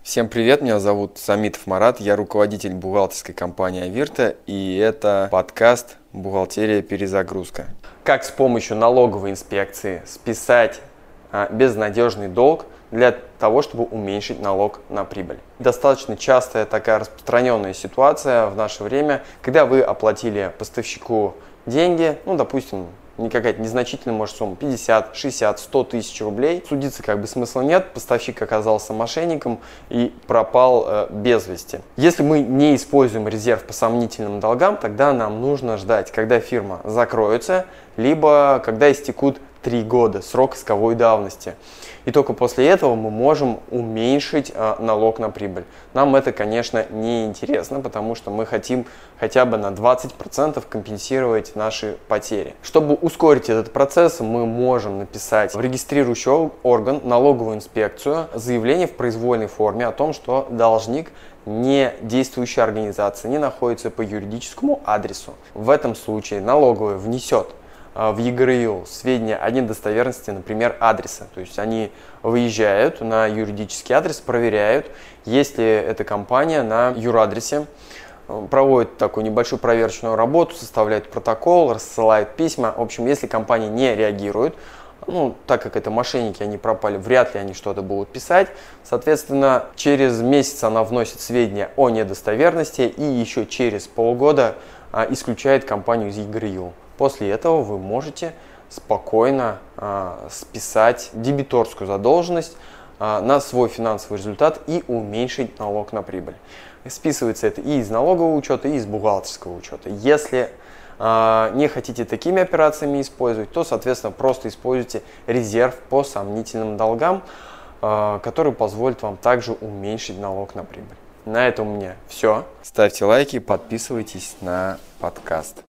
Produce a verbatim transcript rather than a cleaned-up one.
Всем привет, меня зовут Самитов Марат, я руководитель бухгалтерской компании Авирта, и это подкаст «Бухгалтерия. Перезагрузка». Как с помощью налоговой инспекции списать а, безнадежный долг для того, чтобы уменьшить налог на прибыль. Достаточно частая такая распространенная ситуация в наше время, когда вы оплатили поставщику деньги, ну, допустим, не какая-то незначительная, может, сумма пятьдесят, шестьдесят, сто тысяч рублей. Судиться как бы смысла нет, поставщик оказался мошенником и пропал э, без вести. Если мы не используем резерв по сомнительным долгам, тогда нам нужно ждать, когда фирма закроется, либо когда истекут три года, срок исковой давности. И только после этого мы можем уменьшить э, налог на прибыль. Нам это, конечно, не интересно, потому что мы хотим хотя бы на двадцать процентов компенсировать наши потери. Чтобы ускорить этот процесс, мы можем написать в регистрирующий орган, налоговую инспекцию, заявление в произвольной форме о том, что должник не действующая организация, не находится по юридическому адресу. В этом случае налоговая внесет в ЕГРЮ сведения о недостоверности, например, адреса. То есть они выезжают на юридический адрес, проверяют, есть ли эта компания на юрадресе, проводят такую небольшую проверочную работу, составляют протокол, рассылают письма. В общем, если компания не реагирует, ну, так как это мошенники, они пропали, вряд ли они что-то будут писать. Соответственно, через месяц она вносит сведения о недостоверности и еще через полгода а, исключает компанию из ЕГРЮ. После этого вы можете спокойно а, списать дебиторскую задолженность а, на свой финансовый результат и уменьшить налог на прибыль. Списывается это и из налогового учета, и из бухгалтерского учета. Если а, не хотите такими операциями использовать, то, соответственно, просто используйте резерв по сомнительным долгам, а, который позволит вам также уменьшить налог на прибыль. На этом у меня все. Ставьте лайки, подписывайтесь на подкаст.